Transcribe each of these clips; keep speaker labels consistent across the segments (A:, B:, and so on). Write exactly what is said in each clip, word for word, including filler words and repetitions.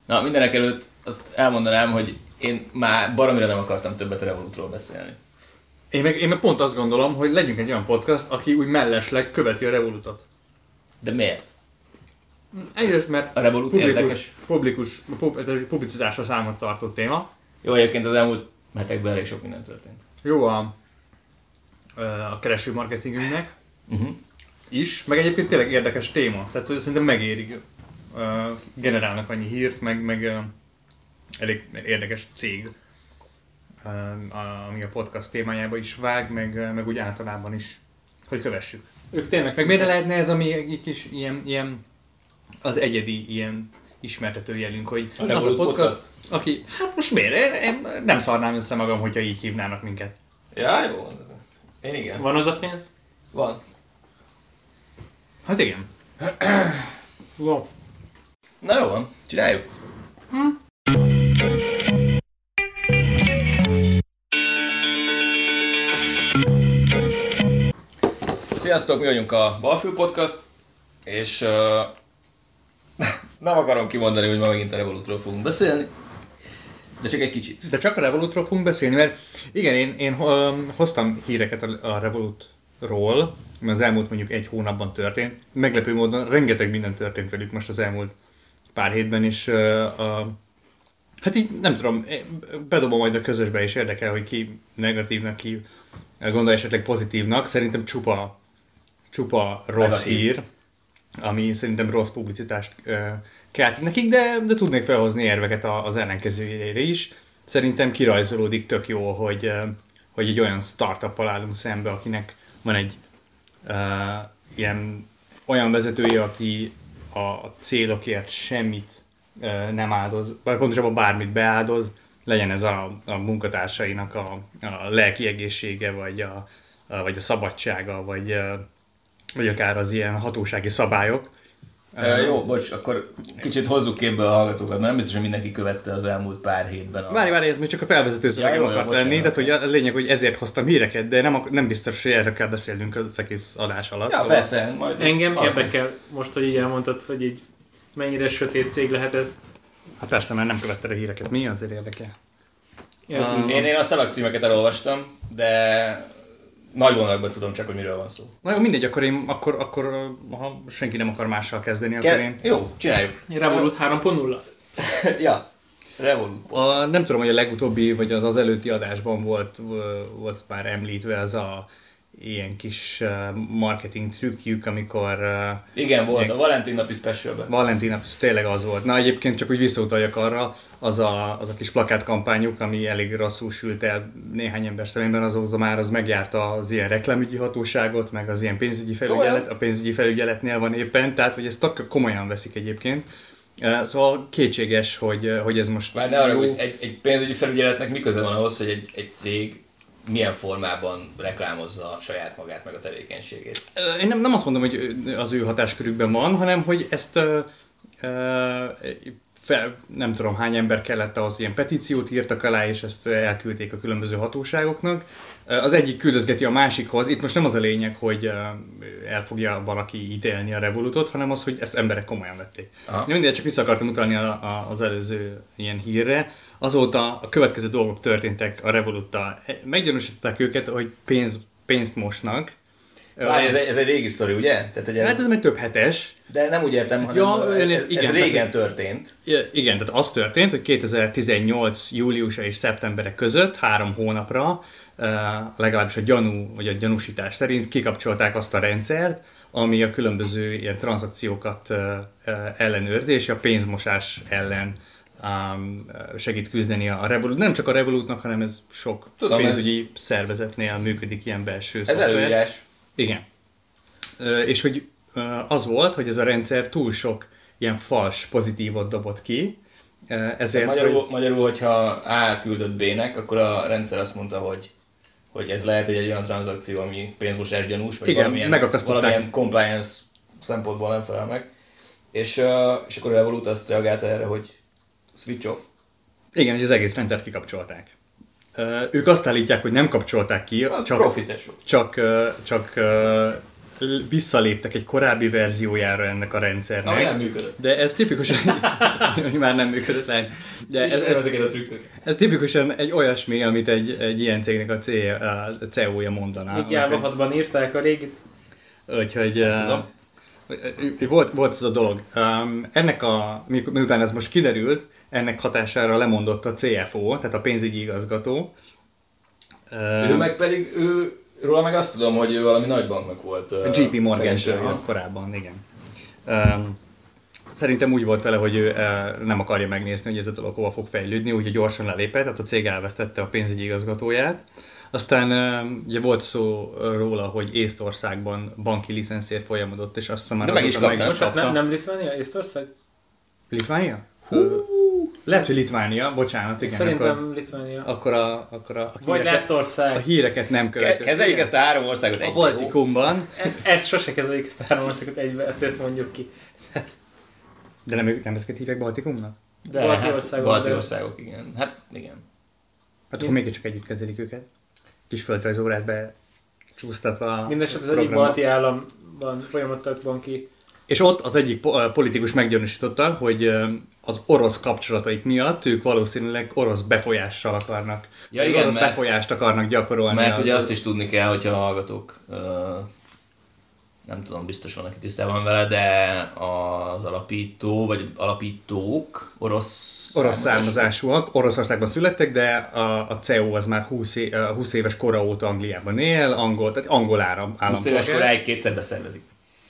A: Na, mindenek előtt azt elmondanám, hogy én már baromira nem akartam többet a Revolutról beszélni.
B: Én meg, én meg pont azt gondolom, hogy legyünk egy olyan podcast, aki úgy mellesleg követi a Revolutot.
A: De miért?
B: Egyrészt, mert
A: A Revolut
B: publikus,
A: érdekes.
B: publikus, pub, publicitásra számot tartott téma.
A: Jó, egyébként az elmúlt hetekben elég sok minden történt.
B: Jó a, a kereső marketingünknek
A: Uh-huh.
B: is, meg egyébként tényleg érdekes téma. Tehát szerintem megéri. Generálnak annyi hírt, meg, meg elég érdekes cég, ami a podcast témájába is vág, meg, meg úgy általában is, hogy kövessük.
C: Ők tényleg...
B: Meg miért lehetne ez a mi egy kis ilyen, ilyen az egyedi ilyen ismertető jelünk, hogy
A: A
B: az a
A: Revolut
B: podcast,
A: podcast,
B: aki, hát most miért? Én nem szarnám össze magam, hogyha így hívnának minket.
A: Ja, jó. Én igen.
C: Van az a pénz?
A: Van.
B: Hát igen.
C: Van.
A: Na jó van, csináljuk. Hm? Sziasztok, mi vagyunk a Balfül Podcast, és uh, nem akarom kimondani, hogy ma megint a Revolutról fogunk beszélni, de csak egy kicsit.
B: De csak a Revolutról fogunk beszélni, mert igen, én, én hoztam híreket a, a Revolutról, mert az elmúlt mondjuk egy hónapban történt. Meglepő módon rengeteg minden történt velük most az elmúlt pár hétben, és uh, uh, hát így nem tudom, bedobom majd a közösbe, és érdekel, hogy ki negatívnak, ki gondolja esetleg pozitívnak. Szerintem csupa, csupa rossz
A: Negatív.
B: hír, ami szerintem rossz publicitást uh, kelt nekik, de, de tudnék felhozni érveket az ellenkezőjére is. Szerintem kirajzolódik tök jó, hogy, uh, hogy egy olyan startuppal állunk szembe, akinek van egy uh, ilyen olyan vezetője, aki a célokért semmit uh, nem áldoz, vagy pontosabban bármit beáldoz, legyen ez a, a munkatársainak a, a lelki egészsége, vagy a, a, vagy a szabadsága, vagy, uh, vagy akár az ilyen hatósági szabályok.
A: Uh, jó, bocs, akkor kicsit hozzuk képbe a hallgatókat, mert nem biztos, hogy mindenki követte az elmúlt pár hétben. A...
B: Várj, várj, ez még csak a felvezető szövegem
A: Ja, jó,
B: akart
A: jó,
B: lenni, tehát
A: bocsánat.
B: hogy a lényeg, hogy ezért hoztam híreket, de nem, ak- nem biztos, hogy erről kell beszélnünk az egész adás alatt.
A: Ja,
B: szóval...
A: persze, majd
C: Engem
A: ez-
C: érdekel most, hogy így elmondtad, hogy így mennyire sötét cég lehet ez.
B: Hát persze, mert nem követted a híreket, mi azért érdekel?
C: ez
B: Ah.
A: Én, én a szalagcímeket elolvastam, de nagy vonalakban tudom csak, hogy miről van szó.
B: Na jó, mindegy, akkor én, akkor, akkor ha senki nem akar mással kezdeni, akkor
A: Ke-
B: én...
A: Jó, csináljuk.
C: Revolut három pont nulla.
A: Ja, Revolut.
B: A, nem tudom, hogy a legutóbbi, vagy az, az előtti adásban volt, volt már említve az a ilyen kis uh, marketing trükkjük, amikor uh,
A: Igen, volt
B: Igen.
A: a Valentin napi specialben.
B: Valentin nap, tényleg az volt. Na egyébként csak úgy visszautaljak arra, az a, az a kis plakátkampányuk, ami elég rosszul sült el néhány ember szemében, azóta már az megjárta az ilyen reklámügyi hatóságot, meg az ilyen pénzügyi felügyelet, a pénzügyi felügyeletnél van éppen, tehát hogy ezt tök komolyan veszik egyébként. Uh, Szóval kétséges, hogy, hogy ez most
A: Már ne arra,
B: jó.
A: hogy egy, egy pénzügyi felügyeletnek mi köze van ahhoz, hogy egy, egy cég milyen formában reklámozza saját magát, meg a tevékenységét.
B: Ö, Én nem, nem azt mondom, hogy az ő hatáskörükben van, hanem hogy ezt ö, ö, fel, nem tudom hány ember kellett ahhoz, ilyen petíciót írtak alá, és ezt elküldték a különböző hatóságoknak. Az egyik küldözgeti a másikhoz. Itt most nem az a lényeg, hogy ö, el fogja valaki ítélni a Revolutot, hanem az, hogy ezt emberek komolyan vették.
A: Aha.
B: De mindegy, csak vissza akartam utalni a, a, az előző ilyen hírre. Azóta a következő dolgok történtek a Revoluttal. Meggyanúsították őket, hogy pénz, pénzt mosnak.
A: Várj, ez, egy- ez egy régi sztori, ugye? Tehát, hogy ez,
B: Hát ez már több hetes.
A: de nem úgy értem, hanem
B: Ja,
A: ez,
B: ön-
A: ez,
B: igen,
A: ez
B: tehát,
A: régen
B: hogy-
A: történt.
B: Ja, igen, tehát az történt, hogy kétezer-tizennyolc júliusa és szeptembere között három hónapra uh, legalábbis a gyanú, vagy a gyanúsítás szerint kikapcsolták azt a rendszert, ami a különböző ilyen tranzakciókat uh, uh, ellenőrzi, és a pénzmosás ellen um, segít küzdeni a Revolut. Nem csak a Revolutnak, hanem ez sok
A: Tudom,
B: pénzügyi szervezetnél működik ilyen belső
A: Ez
B: szoftver.
A: előírás.
B: Igen. Ö, És hogy ö, az volt, hogy ez a rendszer túl sok ilyen fals pozitívot dobott ki, ö, ezért...
A: Magyarul,
B: hogy,
A: magyarul, hogyha A küldött B-nek, akkor a rendszer azt mondta, hogy hogy ez lehet, hogy egy olyan tranzakció, ami pénzmosás gyanús, vagy
B: Igen,
A: valamilyen,
B: megakasztották.
A: valamilyen compliance szempontból nem felel meg. És, uh, és akkor a Revolut azt reagálta erre, hogy switch off.
B: igen, hogy az egész rendszert kikapcsolták. Ö, Ők azt állítják, hogy nem kapcsolták ki,
A: Hát
B: csak,
A: profites.
B: csak, ö, csak ö, visszaléptek egy korábbi verziójára ennek a rendszernek.
A: Ami nem működött.
B: De ez tipikusan, már nem működött lány. De ez,
A: ez, ezeket a trükköket.
B: ez tipikusan egy olyasmi, amit egy, egy ilyen cégnek a cé e o-ja mondaná.
C: Még Java hatban írták a régit.
B: Úgyhogy uh, volt, volt ez a dolog. Um, ennek a, miután ez most kiderült, ennek hatására lemondott a cé ef o, tehát a pénzügyi igazgató.
A: Um, ő meg pedig, ő, róla meg azt tudom, hogy ő valami nagy banknak volt. Uh,
B: J P Morgan korábban, igen. Um, Szerintem úgy volt vele, hogy ő uh, nem akarja megnézni, hogy ez a dolog hova fog fejlődni, úgyhogy gyorsan lelépett, tehát a cég elvesztette a pénzügyi igazgatóját. Aztán uh, ugye volt szó róla, hogy Észtországban banki licenszért folyamodott, és azt hiszem már...
A: De meg is kapta.
C: Nem, nem Litvánia, Észtország?
B: Litvánia? Hú. Lehet, hogy Litvánia, bocsánat, igen.
C: Szerintem
B: akkor,
C: Litvánia.
B: Akkor a, akkor a, a,
C: Vagy
B: híreket,
C: Lettország.
B: a híreket nem követők.
A: Kezeljük ezt a három országot
B: a
A: egybe.
B: Baltikumban.
C: Ezt sose kezeljük ezt a három országot egybe, ezt, ezt mondjuk ki.
B: De nem, nem ezeket hívják Baltikumnak?
A: De
C: Balti
A: hát,
C: országok,
A: Balti
C: de-
A: országok, igen. Hát igen.
B: Hát akkor mégiscsak együtt kezelik őket. Kis földrajzórát be csúsztatva.
C: Mindenesetre az egyik balti államban folyamodtak banki.
B: És ott az egyik po- politikus meggyanúsította, hogy ö, az orosz kapcsolataik miatt ők valószínűleg orosz befolyással akarnak.
A: Ja, igen,
B: orosz
A: mert-
B: befolyást akarnak gyakorolni.
A: Mert
B: az-
A: ugye azt is tudni kell, hogyha a hallgatók, ö, nem tudom, biztos van, aki tisztában vele, de az alapító, vagy alapítók orosz,
B: Orosz származásúak, Oroszországban születtek, de a, a cé e o az már húsz, é, húsz éves kora óta Angliában él, angol, tehát angol áram,
A: húsz éves koráig kétszer beszervezik.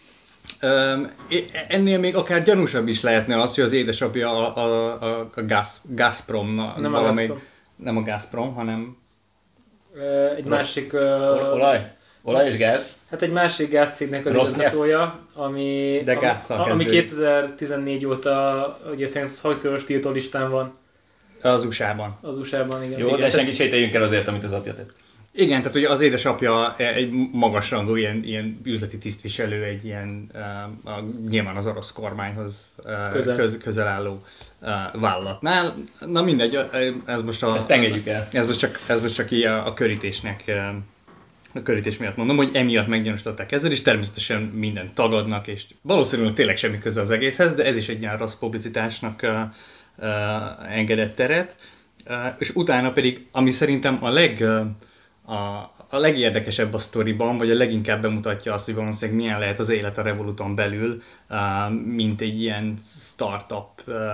B: Um, ennél még akár gyanúsabb is lehetne az, hogy az édesapja a, a, a, a Gaz, Gazprom,
C: Nem a
B: valami,
C: Gazprom.
B: nem a Gazprom, hanem
C: Ö, Egy másik... ö,
A: Or- olaj? Olaj és gáz?
C: Hát egy másik gázcégnek az
A: Rossz
C: igazgatója, ami,
B: De
C: ami,
B: gázzal
C: ami
B: kezdődik.
C: kétezer-tizennégy óta ugye szerint szankciós tiltólistán van
B: az u es á-ban.
C: az u es á-ban. Igen.
A: Jó,
C: igen.
A: de senkit sételjünk el azért, amit az apja tett.
B: Igen, tehát ugye az édesapja egy magasrangú ilyen, ilyen üzleti tisztviselő, egy ilyen uh, a, nyilván az orosz kormányhoz uh,
C: Közel.
B: köz, közel álló uh, vállalatnál. Na mindegy, ez most a...
A: Ezt engedjük el.
B: Ez most csak, ez most csak így a, a körítésnek, uh, a körítés miatt mondom, hogy emiatt meggyanúsították ezzel, és természetesen mindent tagadnak, és valószínűleg tényleg semmi köze az egészhez, de ez is egy ilyen rossz publicitásnak uh, uh, engedett teret. Uh, és utána pedig, ami szerintem a leg... Uh, A, a legérdekesebb a sztoriban, vagy a leginkább bemutatja azt, hogy valószínűleg milyen lehet az élet a Revoluton belül, uh, mint egy ilyen startup uh, uh,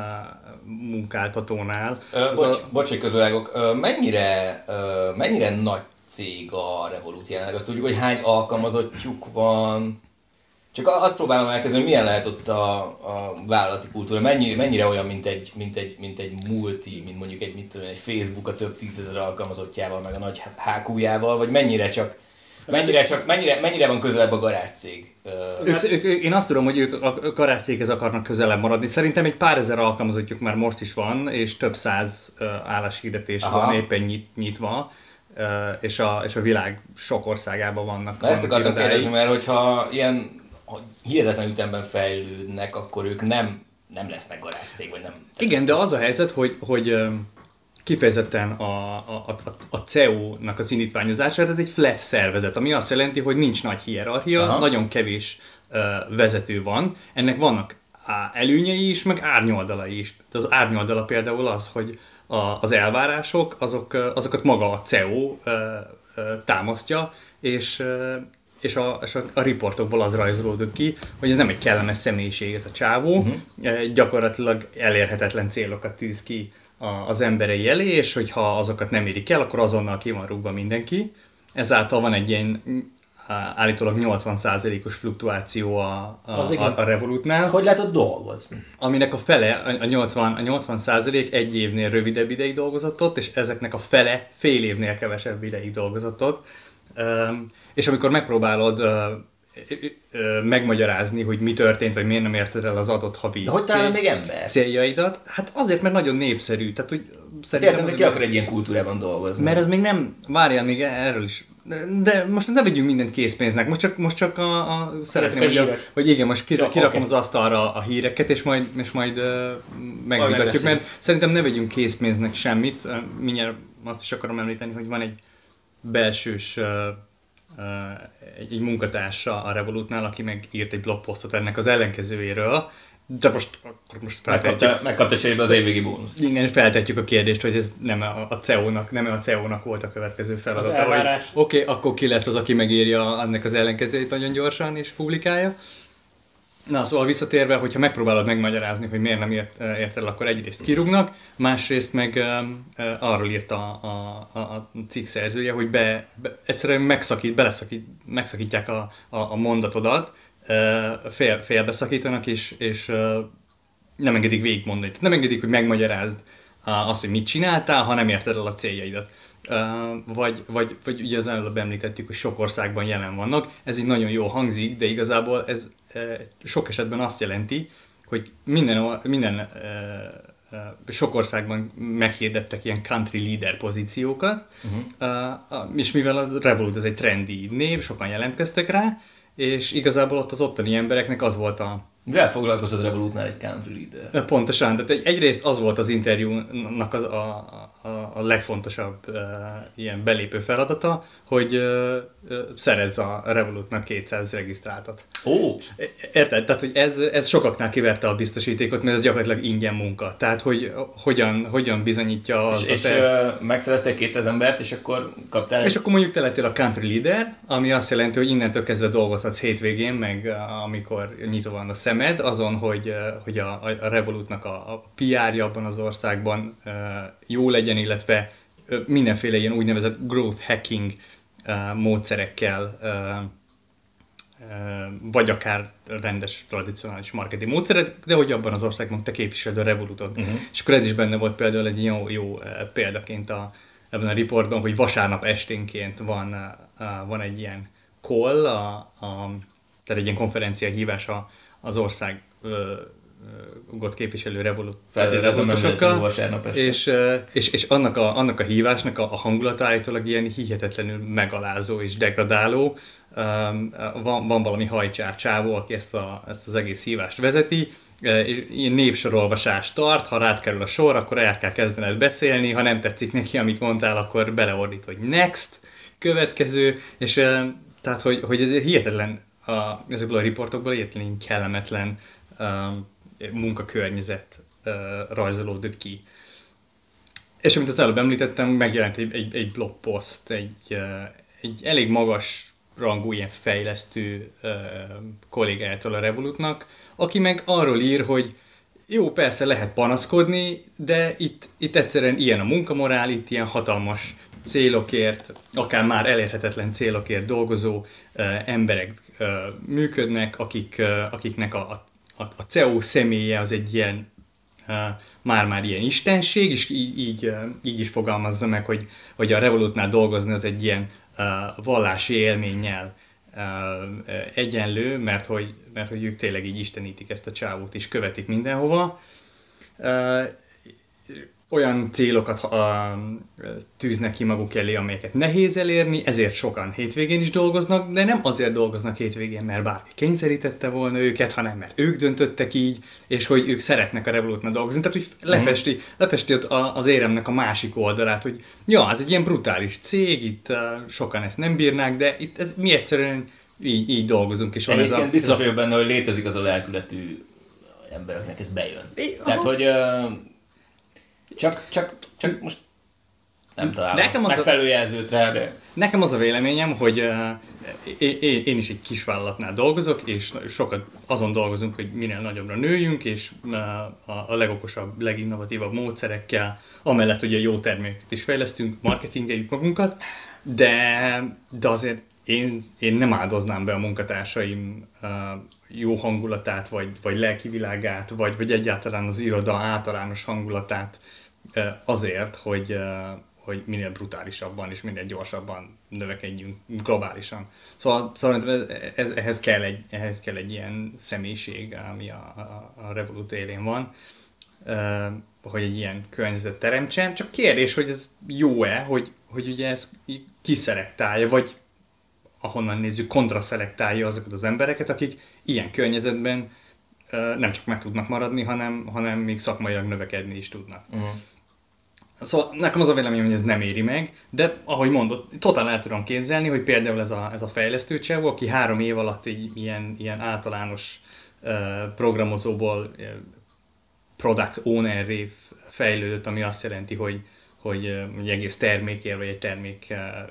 B: munkáltatónál.
A: Ö,
B: Az
A: bocs,
B: a-
A: bocs, hogy közbevágok. Ö, mennyire, ö, mennyire nagy cég a Revolut jelenleg? Azt tudjuk, hogy hány alkalmazottjuk van? Csak azt próbálom elkezdeni, hogy milyen lehet ott a, a vállalati kultúra. Mennyi, mennyire olyan, mint egy, mint, egy, mint egy multi, mint mondjuk egy, mit tudom, én, egy Facebook a több tízezer alkalmazottjával, meg a nagy há kú-jával, vagy mennyire csak, mennyire, csak, mennyire, mennyire van közelebb a garázscég? Ö,
B: Ők, ők, ők, én azt tudom, hogy ők a garázscéghez akarnak közelebb maradni. Szerintem egy pár ezer alkalmazottjuk már most is van, és több száz uh, álláshirdetés
A: Aha.
B: van éppen nyit, nyitva, uh, és, a, és a világ sok országában vannak.
A: Na ezt
B: vannak
A: akartam
B: irodái.
A: kérdezni, mert hogyha ilyen ha hihetetlen ütemben fejlődnek, akkor ők nem, nem lesznek garázscég, vagy nem...
B: Igen, de az a helyzet, hogy, hogy ö, kifejezetten a, a, a, a cé e o-nak az indítványozása, ez egy flat szervezet, ami azt jelenti, hogy nincs nagy hierarchia,
A: Aha.
B: nagyon kevés ö, vezető van. Ennek vannak á, előnyei is, meg árnyoldalai is. De az árnyoldala például az, hogy a, az elvárások, azok, ö, azokat maga a cé e o ö, ö, támasztja, és ö, és a, és a, a riportokból az rajzolódott ki, hogy ez nem egy kellemes személyiség ez a csávó, uh-huh. gyakorlatilag elérhetetlen célokat tűz ki a, az emberei elé, és hogyha azokat nem érik el, akkor azonnal ki van rúgva mindenki. Ezáltal van egy ilyen á, állítólag nyolcvan százalékos fluktuáció a, a,
C: Az igen.
B: a, a Revolutnál,
A: Hogy lehet ott dolgozni?
B: aminek a fele, a nyolcvan, a nyolcvan százalék egy évnél rövidebb ideig dolgozott ott, és ezeknek a fele fél évnél kevesebb ideig dolgozott ott. Um, és amikor megpróbálod uh, uh, megmagyarázni, hogy mi történt, vagy miért nem érted el az adott havi
A: De hogy találod még ember?
B: céljaidat, hát azért, mert nagyon népszerű. Tehát, hogy
A: Hát értem, de
B: azért-
A: ki akar egy ilyen kultúrában dolgozni?
B: mert ez még nem, várjál még erről is. De most ne vegyünk mindent készpénznek, most csak, most csak a, a szeretném,
C: a
B: hogy, a,
C: hírek.
B: hogy igen, most kira,
A: Ja,
B: kirakom
A: oké.
B: az asztalra a híreket, és majd, és majd uh, megvitatjuk,
A: megbeszéljük.
B: mert szerintem ne vegyünk készpénznek semmit. Uh, mindjárt azt is akarom említeni, hogy van egy belsős uh, egy, egy munkatársa a Revolutnál, aki meg írt egy blogposztot ennek az ellenkezőjéről, de most, akkor most feltetjük.
A: Megkapta, megkapta cserébe az évvégi bónusz.
B: Igen, és feltetjük a kérdést, hogy ez nem a cé e o-nak, nem a cé e o-nak volt a következő feladata. Oké, okay, akkor ki lesz az, aki megírja ennek az ellenkezőjét nagyon gyorsan és publikálja. Na, szóval visszatérve, hogyha megpróbálod megmagyarázni, hogy miért nem ért, ért el, akkor egyrészt kirúgnak, másrészt meg uh, arról írt a, a, a cikk szerzője, hogy be, be, egyszerűen megszakít, beleszakít, megszakítják a, a, a mondatodat, uh, fél, félbeszakítanak, és, és uh, nem engedik végigmondani. Nem engedik, hogy megmagyarázd uh, azt, hogy mit csináltál, ha nem érted el a céljaidat. Uh, vagy, vagy, vagy ugye az előbb említettük, hogy sok országban jelen vannak. Ez így nagyon jól hangzik, de igazából ez uh, sok esetben azt jelenti, hogy minden, minden uh, uh, sok országban meghirdettek ilyen country leader pozíciókat, uh-huh. uh, és mivel az Revolut ez egy trendi név, sokan jelentkeztek rá, és igazából ott az ottani embereknek az volt a...
A: Mivel foglalkozott Revolutnál egy country leader?
B: Pontosan, tehát egyrészt az volt az interjúnak az a, a, a legfontosabb uh, ilyen belépő feladata, hogy uh, uh, szerezz a Revolutnak kétszáz regisztráltat.
A: Ó! Oh.
B: Érted? Tehát, hogy ez, ez sokaknál kiverte a biztosítékot, mert ez gyakorlatilag ingyen munka. Tehát, hogy hogyan, hogyan bizonyítja az...
A: És, és
B: te...
A: uh, megszereztél kétszáz embert, és akkor kaptál...
B: És egy... akkor mondjuk te lettél a country leader, ami azt jelenti, hogy innentől kezdve dolgozhatsz hétvégén, meg uh, amikor nyitva van a szemed, azon, hogy, uh, hogy a, a Revolutnak a, a pé er-ja abban az országban uh, jó legyen, illetve uh, mindenféle ilyen úgynevezett growth hacking uh, módszerekkel uh, vagy akár rendes, tradicionális marketing módszerek, de hogy abban az országban te képviseled a Revolutot. Uh-huh. És akkor ez is benne volt például egy jó, jó példaként a, ebben a riportban, hogy vasárnap esténként van, van egy ilyen call, a, a, tehát egy ilyen konferencia hívása az ország got képviselő Revolut
A: Revolutosokkal,
B: és, és, és annak, a, annak a hívásnak a, a hangulata állítólag ilyen hihetetlenül megalázó és degradáló. Um, van, van valami hajcsár csávó, aki ezt, a, ezt az egész hívást vezeti, ilyen névsorolvasást tart, ha rád kerül a sor, akkor el kell kezdened beszélni, ha nem tetszik neki, amit mondtál, akkor beleordít, hogy next, következő, és tehát, hogy, hogy ez hihetetlen, a, ezekből a riportokból hihetetlen kellemetlen um, munkakörnyezet uh, rajzolódott ki. És amit az előbb említettem, megjelent egy, egy, egy blogpost, egy, uh, egy elég magas rangú ilyen fejlesztő uh, kollégájától a Revolutnak, aki meg arról ír, hogy jó, persze lehet panaszkodni, de itt, itt egyszerűen ilyen a munkamorál, itt ilyen hatalmas célokért, akár már elérhetetlen célokért dolgozó uh, emberek uh, működnek, akik, uh, akiknek a, a A, a cé e o személye az egy ilyen, uh, már-már ilyen istenség, és így, így, uh, így is fogalmazza meg, hogy, hogy a Revolutnál dolgozni az egy ilyen uh, vallási élménnyel uh, egyenlő, mert hogy, mert hogy ők tényleg így istenítik ezt a csávót, és követik mindenhova. Uh, olyan célokat uh, tűznek ki maguk elé, amelyeket nehéz elérni, ezért sokan hétvégén is dolgoznak, de nem azért dolgoznak hétvégén, mert bárki kényszerítette volna őket, hanem mert ők döntöttek így, és hogy ők szeretnek a Revolutnál dolgozni. Tehát, hogy lefesti, lefesti az éremnek a másik oldalát, hogy ja, ez egy ilyen brutális cég, itt uh, sokan ezt nem bírnák, de itt ez, mi egyszerűen így, így dolgozunk. És van ez a,
A: biztos
B: ez a...
A: vagyok benne, hogy létezik az a lelkületű embereknek ez bejön. É, Tehát, hogy... Uh... Csak, csak, csak most nem találom nekem az megfelelő jelzőt rá, de...
B: Nekem az a véleményem, hogy uh, én, én is egy kisvállalatnál dolgozok, és sokat azon dolgozunk, hogy minél nagyobbra nőjünk, és uh, a, a legokosabb, leginnovatívabb módszerekkel, amellett ugye jó terméket is fejlesztünk, marketingeljük magunkat, de, de azért én, én nem áldoznám be a munkatársaim uh, jó hangulatát, vagy, vagy lelki világát, vagy, vagy egyáltalán az iroda általános hangulatát uh, azért, hogy, uh, hogy minél brutálisabban és minél gyorsabban növekedjünk globálisan. Szóval, szóval ez, ehhez, kell egy, ehhez kell egy ilyen személyiség, ami a, a, a Revolut élén van, uh, hogy egy ilyen környezetet teremtsen. Csak kérdés, hogy ez jó-e, hogy, hogy ugye ez kiszelektálja, vagy ahonnan nézzük, kontraszelektálja azokat az embereket, akik ilyen környezetben uh, nem csak meg tudnak maradni, hanem, hanem még szakmailag növekedni is tudnak. Uh-huh. Szóval nekem az a véleményem, hogy ez nem éri meg, de ahogy mondod, totál el tudom képzelni, hogy például ez a, ez a fejlesztő csávó, aki három év alatt így, ilyen, ilyen általános uh, programozóból uh, product owner-ré fejlődött, ami azt jelenti, hogy, hogy uh, egy egész termékért, vagy egy termék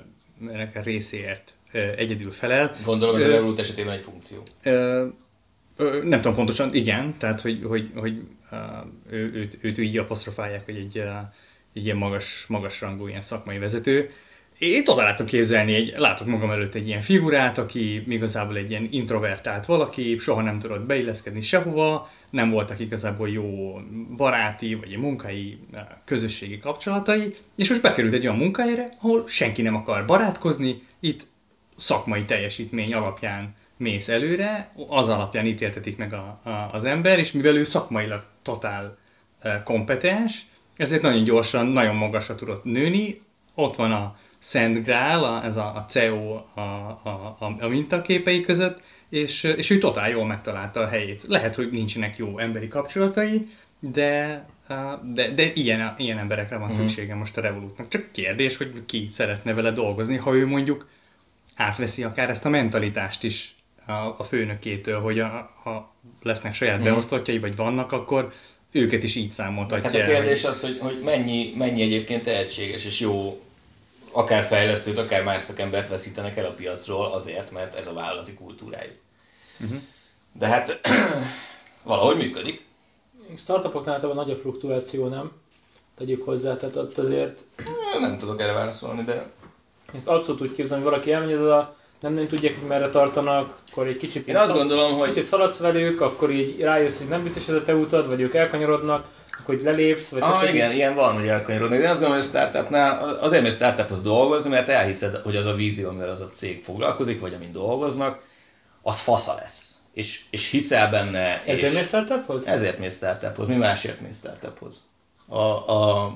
B: uh, részéért uh, egyedül felel.
A: Gondolom ez uh, a Revolut esetében egy funkció.
B: Uh, uh, nem tudom pontosan, igen, tehát hogy, hogy, hogy uh, ő, őt, őt így apostrofálják, hogy egy uh, egy ilyen magas, magas rangú ilyen szakmai vezető. Én totál látom képzelni, egy, látok magam előtt egy ilyen figurát, aki igazából egy ilyen introvertált valaki, soha nem tudott beilleszkedni sehova, nem voltak igazából jó baráti vagy munkai közösségi kapcsolatai, és most bekerült egy olyan munkahelyre, ahol senki nem akar barátkozni, itt szakmai teljesítmény alapján mész előre, az alapján ítéltetik meg a, a, az ember, és mivel ő szakmailag totál kompetens, ezért nagyon gyorsan, nagyon magasra tudott nőni. Ott van a Szent Grál, a, ez a, a cé e o a, a, a, a mintaképei között, és, és ő totál jól megtalálta a helyét. Lehet, hogy nincsenek jó emberi kapcsolatai, de, de, de ilyen, ilyen emberekre van szüksége most a Revolutnak. Csak kérdés, hogy ki szeretne vele dolgozni, ha ő mondjuk átveszi akár ezt a mentalitást is a, a főnökétől, hogy a, ha lesznek saját beosztottjai, vagy vannak, akkor őket is így számoltatja.
A: Hát a kérdés az, hogy, hogy mennyi, mennyi egyébként tehetséges és jó, akár fejlesztőt, akár más szakembert veszítenek el a piacról azért, mert ez a vállalati kultúrájuk. Uh-huh. De hát valahogy működik.
C: Startupoknál általában nagy a fluktuáció, nem? Tegyük hozzá, tehát ott azért...
A: Nem tudok erre válaszolni, de...
C: Ezt abszolút úgy képzelem, hogy valaki elmegy oda, nem, nem tudják, hogy merre tartanak, akkor egy kicsit,
A: Én azt gondolom, hogy...
C: kicsit szaladsz velük, akkor így rájössz, hogy nem biztos ez a te utad, vagy ők elkanyarodnak, akkor így lelépsz, vagy...
A: Ah,
C: tehát,
A: igen,
C: így...
A: ilyen van, hogy elkanyarodnak. De én azt gondolom, hogy a startupnál azért mész startuphoz dolgozni, mert elhiszed, hogy az a vízió, amivel az a cég foglalkozik, vagy amin dolgoznak, az fasza lesz. És, és hiszel benne...
C: Ezért
A: és...
C: mész startuphoz?
A: Ezért mész startuphoz. Mi másért mész startuphoz? A, a,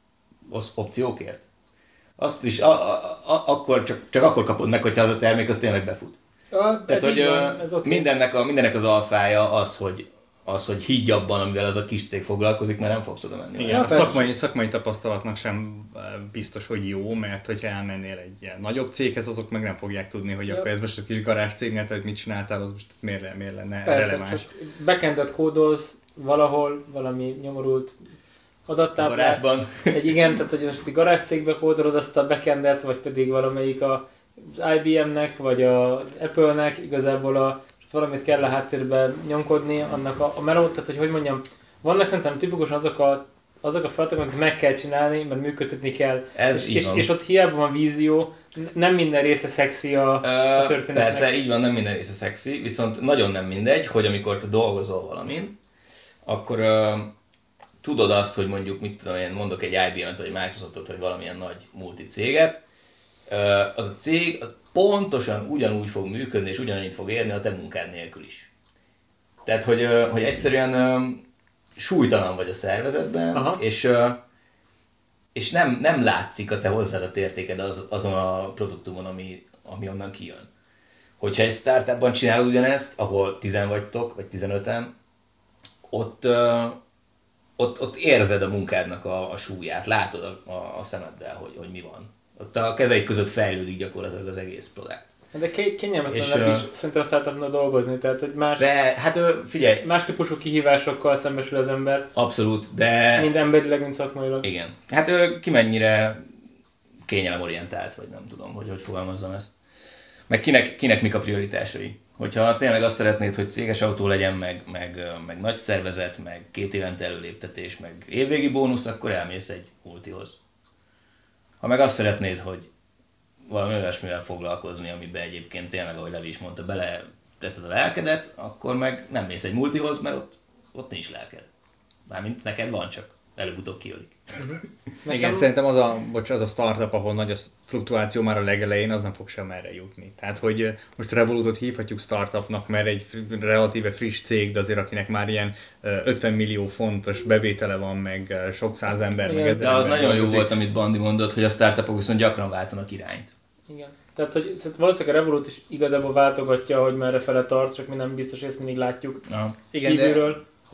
A: az opciókért? Azt is a, a, a, akkor csak, csak akkor kapod meg, hogyha az a termék az tényleg befut.
C: A,
A: Tehát, hogy
C: van, ez okay.
A: mindennek, a, mindennek az alfája az, hogy, az, hogy higgy abban, amivel az a kis cég foglalkozik, mert nem fogsz oda menni.
B: Igen, a szakmai, szakmai tapasztalatnak sem biztos, hogy jó, mert hogyha elmennél egy ilyen nagyobb céghez, azok meg nem fogják tudni, hogy ja. akkor ez most a kis garázs cégnél, tehát mit csináltál, az most miért, miért lenne
C: Persze,
A: releváns.
C: Backendet kódolsz valahol, valami nyomorult adattáblát.
A: Garázsban.
C: Egy igen, tehát hogy most egy garázs cégbe kódolod azt a backendet, vagy pedig valamelyik a, az i bé em-nek, vagy az Apple-nek, igazából a, valamit kell a háttérben nyomkodni, annak a, a melót, tehát hogy hogy mondjam, vannak szerintem tipikusan azok a, azok a feladatok, amit meg kell csinálni, mert működtetni kell.
A: Ez
C: és, és, és ott hiába van vízió, nem minden része szexi a, a történetnek.
A: Persze, így van, nem minden része szexi, viszont nagyon nem mindegy, hogy amikor te dolgozol valamin, akkor uh, tudod azt, hogy mondjuk, mit tudom én, mondok egy i bé em-et, vagy Microsoftot, vagy valamilyen nagy multicéget, uh, az a cég az pontosan ugyanúgy fog működni, és ugyanannyit fog érni a te munkád nélkül is. Tehát, hogy, uh, hogy egyszerűen uh, súlytalan vagy a szervezetben, Aha. és, uh, és nem, nem látszik a te hozzáadott értéked az, azon a produktumon, ami, ami onnan kijön. Hogyha egy startupban csinálod ugyanezt, ahol tizen vagytok, vagy tizenöten, ott, uh, ott, ott érzed a munkádnak a, a súlyát, látod a, a, a szemeddel, hogy, hogy mi van. Ott a kezeik között fejlődik gyakorlatilag az egész produkt.
C: De kényelmetlenebb is szerintem a startupnál dolgozni, tehát hogy más,
A: de, hát figyelj,
C: más típusú kihívásokkal szembesül az ember.
A: Abszolút, de...
C: Mind emberileg, mind szakmailag.
A: Igen. Hát ki mennyire kényelemorientált, vagy nem tudom, hogy hogy fogalmazzam ezt. Meg kinek, kinek mik a prioritásai. Hogyha tényleg azt szeretnéd, hogy céges autó legyen, meg, meg, meg nagy szervezet, meg két évente előléptetés, meg évvégi bónusz, akkor elmész egy multihoz. Ha meg azt szeretnéd, hogy valami olyasmivel foglalkozni, amiben egyébként tényleg, ahogy Levi is mondta, bele teszed a lelkedet, akkor meg nem mész egy multihoz, mert ott, ott nincs lelked. Mármint neked van, csak előbb-utóbb kiölik.
B: Uh-huh. Igen, szerintem az a, bocs, az a startup, ahol nagy a fluktuáció már a legelején, az nem fog sem erre jutni. Tehát, hogy most Revolutot hívhatjuk startupnak, mert egy relatíve friss cég, de azért akinek már ilyen ötven millió fontos bevétele van, meg sok száz ember,
C: igen,
B: meg ezer
A: de az
B: ember
A: nagyon jó
B: dolgozik.
A: volt, amit Bandi mondott, hogy a startupok viszont gyakran váltanak irányt.
C: Igen. Tehát, hogy valószínűleg a Revolut is igazából váltogatja, hogy merre fele tart, csak mi nem biztos, hogy ezt mindig látjuk
A: Aha.
C: igen, kívülről. De...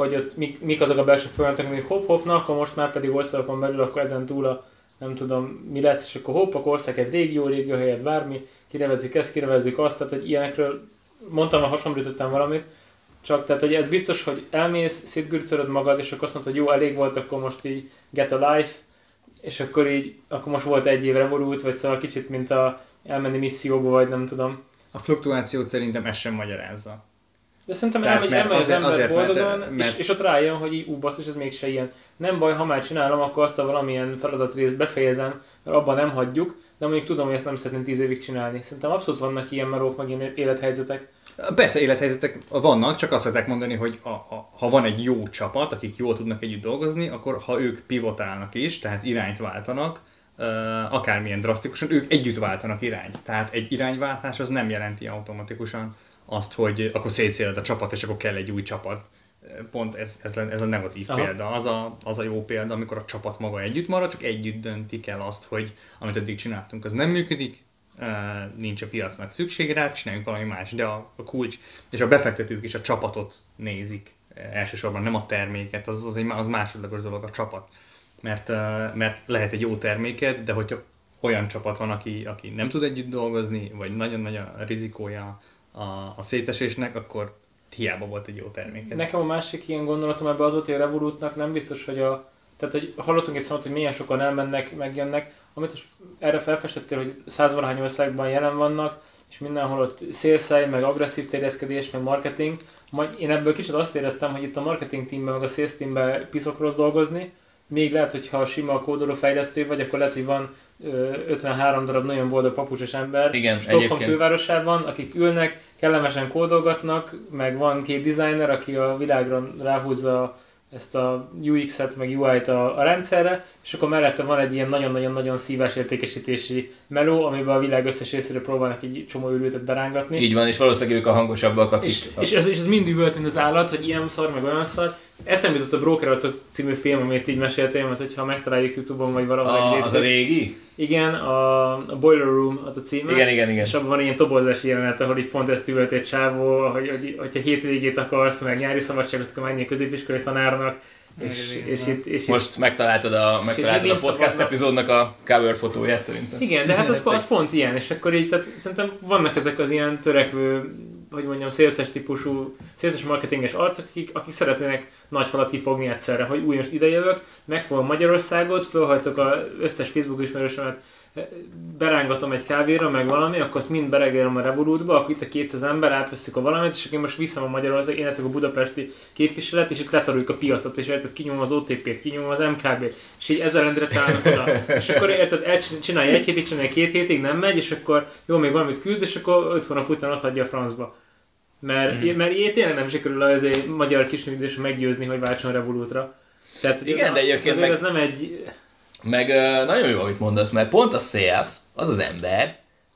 C: hogy ott mik, mik azok a belső folyamatok, amik hopp-hoppnak, akkor most már pedig országokon belül, akkor ezen túl a nem tudom mi lesz, és akkor hopp, akkor ország egy régió, régió helyett bármi, kinevezzük ezt, kinevezzük azt, tehát hogy ilyenekről mondtam, hogy hasonlítottam valamit, csak tehát hogy ez biztos, hogy elmész, szétgürcölöd magad, és akkor azt mondod, hogy jó, elég volt, akkor most így get a life, és akkor így, akkor most volt egy év Revolut, vagy szóval kicsit, mint a elmenni misszióba, vagy nem tudom.
B: A fluktuációt szerintem ez sem magyarázza.
C: De szerintem
B: Tehát,
C: elmegy,
B: mert
C: elmegy az
B: azért-
C: ember
B: azért, mert-
C: boldogan,
B: mert-
C: és, és ott rájön, hogy így, ú, basszus, ez mégse ilyen. Nem baj, ha már csinálom, akkor azt a valamilyen feladatrészt befejezem, mert abban nem hagyjuk, de mondjuk tudom, hogy ezt nem szeretném tíz évig csinálni. Szerintem abszolút vannak ilyen melók, meg ilyen élethelyzetek.
B: Persze élethelyzetek vannak, csak azt szeretek mondani, hogy a, a, ha van egy jó csapat, akik jól tudnak együtt dolgozni, akkor ha ők pivotálnak is, tehát irányt váltanak, uh, akármilyen drasztikusan, ők együtt váltanak irányt. Tehát egy irányváltás az nem jelenti automatikusan azt, hogy akkor szétszéled a csapat, és akkor kell egy új csapat. Pont ez, ez, ez a negatív
C: Aha.
B: példa. Az a, az a jó példa, amikor a csapat maga együtt marad, csak együtt döntik el azt, hogy amit eddig csináltunk, az nem működik, nincs a piacnak szükség rá, csináljunk valami más, de a, a kulcs, és a befektetők is a csapatot nézik elsősorban, nem a terméket, az, az, egy, az másodlagos dolog a csapat. Mert, mert lehet egy jó terméket, de hogyha olyan csapat van, aki, aki nem tud együtt dolgozni, vagy nagyon nagy a rizikója a, a szétesésnek, akkor hiába volt egy jó terméket.
C: Nekem a másik ilyen gondolatom ebbe az volt, hogy a Revolutnak nem biztos, hogy a... Tehát, hogy hallottunk egy számot, hogy milyen sokan elmennek, megjönnek, amit most erre felfestettél, hogy százvalahány országban jelen vannak, és mindenhol ott szélszáj, meg agresszív terjeszkedés, meg marketing. Majd én ebből kicsit azt éreztem, hogy itt a marketing teamben, meg a sales teamben piszok rossz dolgozni. Még lehet, hogy ha sima kódoló fejlesztő vagy, akkor lehet, hogy van ö, ötvenhárom darab nagyon boldog papucsos ember
A: Igen,
C: Stockholm
A: egyébként.
C: fővárosában, akik ülnek, kellemesen kódolgatnak, meg van két designer, aki a világra ráhúzza ezt a u iksz-et, meg u i-t a, a rendszerre, és akkor mellette van egy ilyen nagyon-nagyon-nagyon szívás értékesítési meló, amiben a világ összes részéről próbálnak egy csomó ürültet berángatni.
A: Így van, és valószínűleg ők a hangosabbak, akik...
C: És, és, ez, és ez mind üvölt, mint az állat, hogy ilyen szar, meg olyan szar. Eszembe jutott a Broker Arcok című film, amit így meséltél, mert hogyha megtaláljuk YouTube-on, vagy valahol
A: a,
C: egy
A: az a
C: részét.
A: régi?
C: Igen, a, a Boiler Room az a címe.
A: Igen, igen, igen.
C: És abban van ilyen tobozási jelenet, ahol így pont ezt üvölt egy csávó, hogy, hogy, hogyha hétvégét akarsz, meg nyári szabadságot, akkor menjél középiskolai tanárnak. És, és, itt, és
A: Most megtaláltad a, megtaláltad a podcast
C: szabadnak.
A: epizódnak a cover fotóját szerintem.
C: Igen, de hát az, az pont ilyen, és akkor így, tehát szerintem vannak ezek az ilyen törekvő, hogy mondjam, szélszes típusú, szélszes marketinges arcok, akik, akik szeretnének nagy halat kifogni egyszerre, hogy úgy most idejövök, megfogom Magyarországot, fölhajtok az összes Facebook ismerősömet, berángatom egy kávéra, meg valami, akkor azt mind beregélem a Revolutba, akkor itt a kétszáz ember, átveszük a valamit, és akkor én most viszem a Magyarország, én leszek a budapesti képviselet, és itt letaruljuk a piacot, és érted, kinyomom az o té pét, kinyomom az em ká bét, és így ezer rendre találnak oda. És akkor érted, csinálja egy hétig, csinálja két hétig, nem megy, és akkor jó, még valamit küzd, és akkor öt hónap után azt hagyja a francba. Mert, mm. mert én tényleg nem sikerül azért magyar kisművődésre meggyőzni, hogy váltson Revolutra. Tehát
A: Igen,
C: ez,
A: de egyébként
C: azért
A: meg-
C: ez nem egy...
A: Meg uh, nagyon jó, amit mondasz, mert pont a sales az az ember,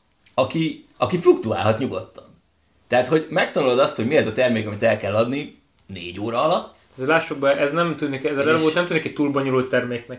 A: aki, aki fluktuálhat nyugodtan. Tehát, hogy megtanulod azt, hogy mi ez a termék, amit el kell adni négy óra alatt.
C: Ez lássuk be, ez nem tűnik, ez a
A: És-
C: Revolut nem tűnik egy túl bonyolult terméknek.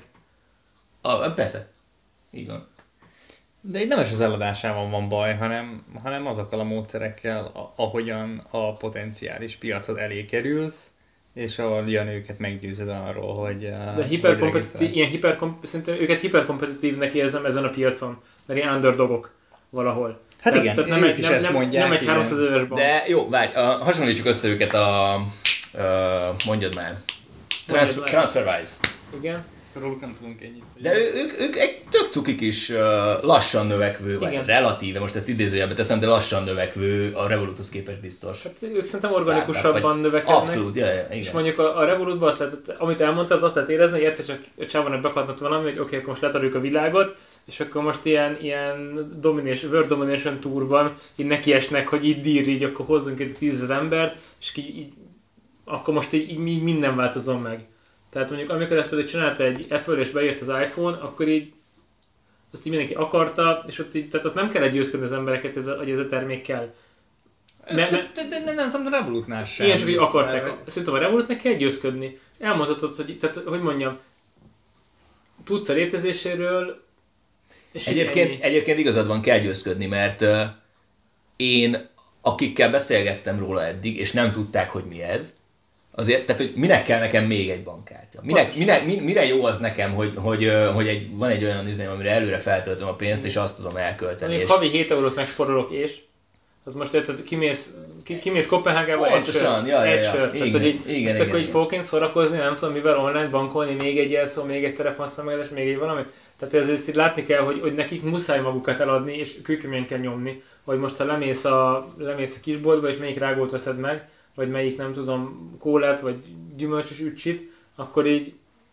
A: Ah, persze. Így van.
B: De itt nem is az eladásával van baj, hanem, hanem azokkal a módszerekkel, a- ahogyan a potenciális piacod elé kerülsz, és ahogyan őket meggyőzöd arról, hogy...
C: De
B: hogy
C: hiperkompetitív,
B: regisztrálj.
C: ilyen hiperkom, szerintem őket hiperkompetitívnek érzem ezen a piacon, mert ilyen underdogok valahol.
B: Hát igen, ők
C: egy,
B: is
C: nem,
B: ezt
C: nem,
B: mondják,
C: Nem egy
B: igen.
C: háromszáz éves bank.
A: De jó, várj, uh, hasonlítsuk össze őket a... Uh, mondjad már. Transfer,
C: már.
A: TransferWise.
C: Igen.
B: Róluk nem tudunk ennyit.
A: De ő, ők, ők egy tök cuki kis uh, lassan növekvő, vagy
C: Igen.
A: relatíve, most ezt idézőjelbe teszem, de lassan növekvő, a Revoluthoz képest biztos.
C: Hát ők szerintem
A: Startup,
C: organikusabban
A: vagy-
C: növekednek.
A: Abszolút, ja, ja,
C: És
A: igen.
C: mondjuk a, a Revolutban azt lehet, amit elmondtad, az azt lehet érezni, hogy egyszer csak a csávának bekattant valami, hogy oké, okay, akkor most letarjuk a világot, és akkor most ilyen, ilyen domination, World Domination Tourban így nekiesnek, hogy így dír, így akkor hozzunk egy tízezer embert, és így, így, akkor most így, így, így minden változom meg. Tehát mondjuk amikor ezt például csinálta egy Apple és bejött az iPhone, akkor így azt így mindenki akarta, és ott így, tehát ott nem kellett győzködni az embereket, ez a, hogy ez a termék kell.
B: Ez,
C: Ne-
B: de,
C: ne-
B: de, de, de, nem szerintem a Revolutnál sem.
C: Ilyen csak, hogy akarták.
B: Mert-
C: Szerintem a Revolutnak kell győzködni. Elmondhatod, hogy, tehát, hogy mondjam, tudsz a létezéséről, és így
A: Egyébként,
C: ennyi.
A: egyébként igazad van, kell győzködni, mert uh, én, akikkel beszélgettem róla eddig, és nem tudták, hogy mi ez, azért, tehát hogy minek kell nekem még egy bankkártya? Minek, minek, mi, mire jó az nekem, hogy, hogy, hogy egy, van egy olyan üzem, amire előre feltöltöm a pénzt, és azt tudom elkölteni.
C: Még
A: és...
C: havi hét eurót megsporolok, és az most érted, kimész, ki, kimész Kopenhágába egy sör,
A: ja, ja,
C: egy
A: ja.
C: sör.
A: Igen,
C: Tehát, hogy így,
A: igen,
C: ezt akkor
A: igen,
C: így fogként szórakozni, nem tudom mivel online bankolni, még egy jelszó, még egy telefonszámolás, még egy valami. Tehát ezért így látni kell, hogy, hogy nekik muszáj magukat eladni, és kőkeményen kell nyomni, hogy most ha lemész a, lemész a kisboltba, és melyik rágót veszed meg, vagy melyik nem tudom, kólát, vagy gyümölcsös ücsit, akkor így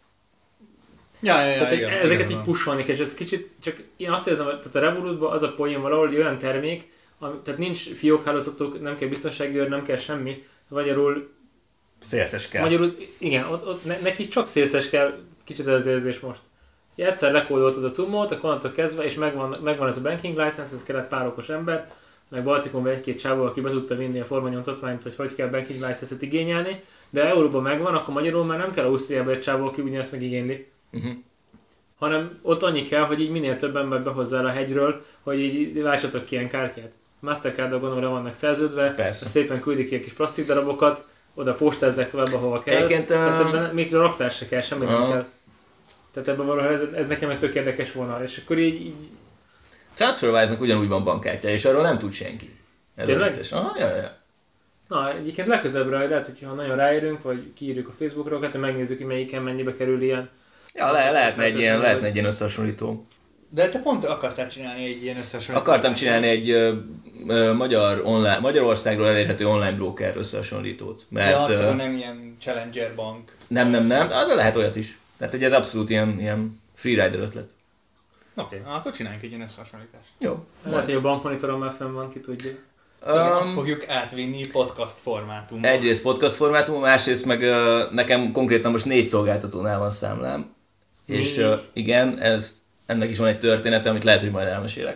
B: Ja, ja, ja,
C: tehát
B: igen,
C: ezeket
B: igen,
C: így pusolni, és ez kicsit, csak én azt érzem, hogy tehát a Revolutban az a poén valahol, hogy olyan termék, ami, tehát nincs fiókhálózatok, nem kell biztonsági őr, nem kell semmi, magyarul...
A: Szélszes kell.
C: Magyarul, igen, ott, ott ne, nekik csak szélszes kell, kicsit ez az érzés most. Ha egyszer lekódoltad a cumót, akkor onnantól kezdve, és megvan, megvan ez a banking license, ez kellett pár okos ember, meg Baltikumban egy-két csávó, aki be tudta vinni a formanyomtatványt, hogy hogy kell banking license-et igényelni, de Euróban megvan, akkor magyarul már nem kell Ausztriába egy csávó, aki ugyanezt megigényli. Uh-huh. Hanem ott annyi kell, hogy így minél több ember behozzál a hegyről, hogy így váltsatok ki ilyen kártyát. Mastercard-dal gondolom vannak szerződve,
A: persze.
C: Szépen küldik ki a kis plastik darabokat, oda postázzák tovább, ahova kell.
A: Egyébként,
C: Tehát
A: uh...
C: ebben még a raktár se kell, semmi uh-huh. nem kell. Tehát ebben valahol ez, ez nekem egy tök érdekes vonal, és akkor így... így...
A: TransferWise-nak ugyanúgy van bankkártya, és arról nem tud senki. Ez
C: tényleg?
A: Aha, ja, ja.
C: Na, egyébként legközelebbre, lehet, hogyha nagyon ráérünk, vagy kiírjuk a Facebookra, hát megnézzük, hogy melyiken mennyibe kerül ilyen.
A: Ja, le, lehetne, egy ilyen, lehetne egy ilyen összehasonlító.
B: De te pont akartál csinálni egy ilyen összehasonlítót.
A: Akartam csinálni egy ö, ö, magyar online, Magyarországról elérhető online broker összehasonlítót. Mert,
B: ja,
A: ö,
B: nem ilyen Challenger bank.
A: Nem, nem, nem, de lehet olyat is. Tehát, hogy ez abszolút ilyen, ilyen freerider ötlet.
B: Oké, okay, akkor csináljunk egy ilyen összehasonlítást.
A: Jó.
C: Lehet, hogy a bankmonitoron már fenn van, ki tudja.
B: Igen, um, azt fogjuk átvinni podcast formátumban.
A: Egyrészt podcast formátum, másrészt meg uh, nekem konkrétan most négy szolgáltatónál van számlám. Négy. És uh, igen, ez, ennek is van egy története, amit lehet, hogy majd elmesélek.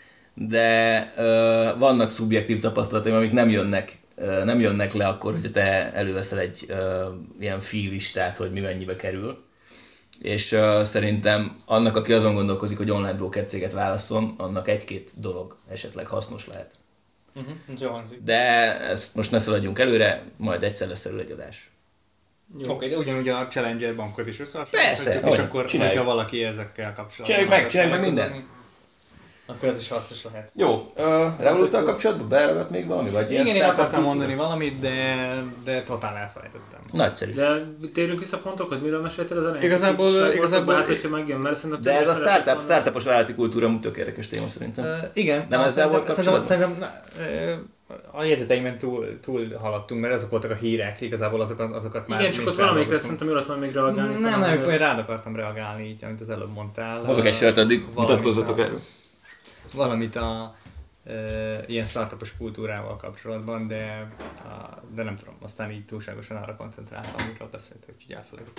A: De uh, vannak szubjektív tapasztalataim, amik nem jönnek, uh, nem jönnek le akkor, hogyha te előveszel egy uh, ilyen fee listát, hogy mi mennyibe kerül. És uh, szerintem annak, aki azon gondolkozik, hogy online broker céget válasszon, annak egy-két dolog esetleg hasznos lehet.
B: Uh-huh,
A: de ezt most ne szaladjunk előre, majd egyszer lesz erről egy adás.
B: Oké, okay, de ugyanúgy a Challenger bankot is összehasonlítjuk.
A: Persze,
B: és akkor, hogyha valaki ezekkel kapcsolatban...
A: Csináljuk meg, csináljuk meg mindent.
B: Akkor ez is hasznos lehet.
A: Jó, uh, Revoluttal kapcsolatban beleragadt még valami? Vagy
B: igen, én akartam mondani valamit, de, de totál elfelejtettem.
A: Nagyszerű.
C: De térünk vissza pontokhoz, miről meséltél az elején?
B: Igazából... igazából
C: át, hogyha megjön, mert szerintem...
A: De ez a startup, startupos vállalati kultúra tök érdekes téma szerintem.
B: Uh, igen.
A: Nem ezzel volt kapcsolatban?
B: Szerintem, szerintem a jegyzeteimben túl, túl haladtunk, mert azok voltak a hírek, igazából azokat, azokat már...
C: Igen, csak ott valamelyikre szerintem jól tudom még reagálni.
B: Nem, nem, én rád akartam reagálni, így, amit az előbb mondtál.
A: Hozok egy sört, addig mutatkozzatok erről.
B: Valamit a e, ilyen startupos kultúrával kapcsolatban, de, a, de nem tudom, aztán így túlságosan arra koncentráltam, amikről beszéltek, úgyhogy elfelejtettem.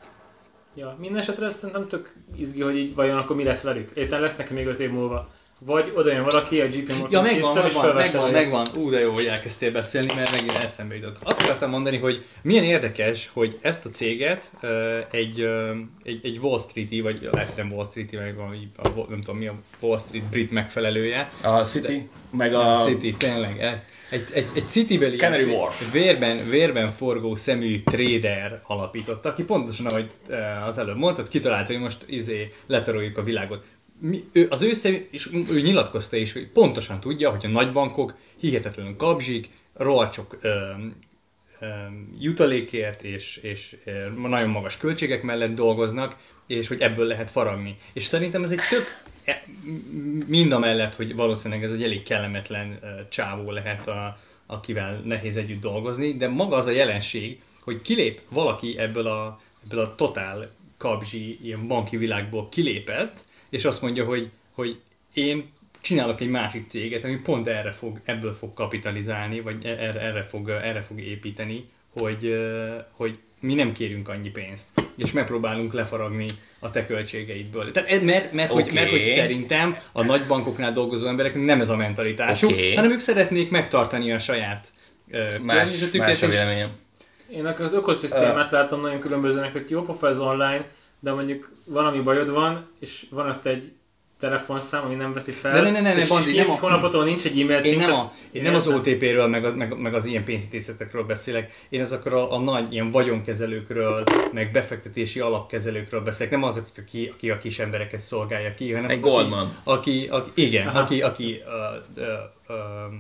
C: Ja, minden esetre szerintem tök izgi, hogy így vajon akkor mi lesz velük. Érten lesz nekem még öt év múlva. Vagy oda jön valaki a gé pé Morgan
B: ja, megvan,
C: Chase-től, és
B: megvan, megvan,
C: felveseli.
B: megvan. Ú, de jó, hogy elkezdtél beszélni, mert megint eszembe jutott. Azt akartam mondani, hogy milyen érdekes, hogy ezt a céget uh, egy, uh, egy, egy Wall Street-i, vagy lehet nem Wall Street-i, vagy valami, a, nem tudom mi a Wall Street brit megfelelője.
A: A City, de, meg a...
B: a City, tényleg. Egy, egy, egy Citybeli vérben, vérben forgó szemű trader alapította, aki pontosan, ahogy az előbb mondtad, kitalálta, hogy most izé letaroljuk a világot. Mi, ő, az ő személy, és ő nyilatkozta is, hogy pontosan tudja, hogy a nagybankok hihetetlenül kapzsik, rohadt sok ö, ö, jutalékért és, és ö, nagyon magas költségek mellett dolgoznak, és hogy ebből lehet faragni. És szerintem ez egy tök, mind a mellett, hogy valószínűleg ez egy elég kellemetlen ö, csávó lehet, a, akivel nehéz együtt dolgozni, de maga az a jelenség, hogy kilép valaki ebből a, ebből a totál kapzsi ilyen banki világból kilépett, és azt mondja, hogy, hogy én csinálok egy másik céget, ami pont erre fog, ebből fog kapitalizálni, vagy erre, erre, fog, erre fog építeni, hogy, hogy mi nem kérünk annyi pénzt, és megpróbálunk lefaragni a te költségeidből. Tehát, mert, mert, okay. hogy, mert hogy szerintem a nagy bankoknál dolgozó embereknek nem ez a mentalitásuk, okay. hanem ők szeretnék megtartani a saját
A: más, más a véleményem.
C: Én akkor az ökoszisztémát uh. látom nagyon különbözőnek, hogy jó pofa ez online, de mondjuk valami bajod van, és van ott egy telefonszám, ami nem veszi fel,
B: De ne, ne, ne, ne,
C: és,
B: Bandi,
C: és
B: nem
C: kész
B: a-
C: hónapotól nincs egy e-mail
B: Én
C: cím.
B: nem,
C: tehát-
B: a, én nem az o té péről, meg, a- meg, meg az ilyen pénzintézetekről beszélek, én azokról a, a nagy ilyen vagyonkezelőkről, meg befektetési alapkezelőkről beszélek, nem azok, aki, aki a kis embereket szolgálja ki, hanem
A: Egy
B: az,
A: Goldman.
B: Aki, aki, aki, igen,
C: Aha.
B: aki, aki uh, uh, uh,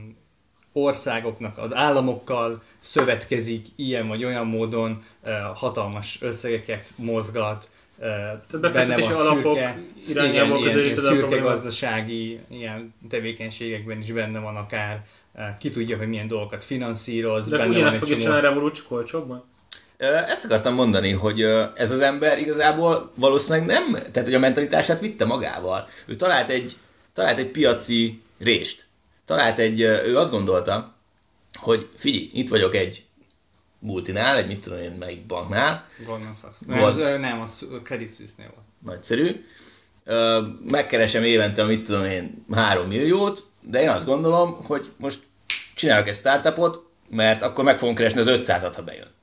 B: országoknak, az államokkal szövetkezik ilyen vagy olyan módon, uh, hatalmas összegeket mozgat, uh,
C: befektetési
B: benne van
C: alapok
B: szürke,
C: irányából
B: igen, ilyen, ilyen
C: közelíted a
B: szürke
C: problémát.
B: gazdasági ilyen tevékenységekben is benne van akár, uh, ki tudja, hogy milyen dolgokat finanszíroz,
C: De
B: benne
C: ugyanezt
B: van egy
C: fogja
B: csomó-
C: csinálni a Revolut, csak olcsóbban?
A: Ö, Ezt akartam mondani, hogy ö, ez az ember igazából valószínűleg nem, tehát hogy a mentalitását vitte magával. Ő talált egy, talált egy piaci rést. Talált egy, ö, ő azt gondolta, hogy figyelj, itt vagyok egy multinál, egy mit tudom én melyik banknál,
B: Goldman Sachs.
A: Gold-
B: Nem, az, ö, nem, az Credit Suisse-nél van.
A: nagyszerű, Ö, megkeresem évente, mit tudom én, három milliót, de én azt gondolom, hogy most csinálok egy startupot, mert akkor meg fogom keresni az ötszázat, ha bejön.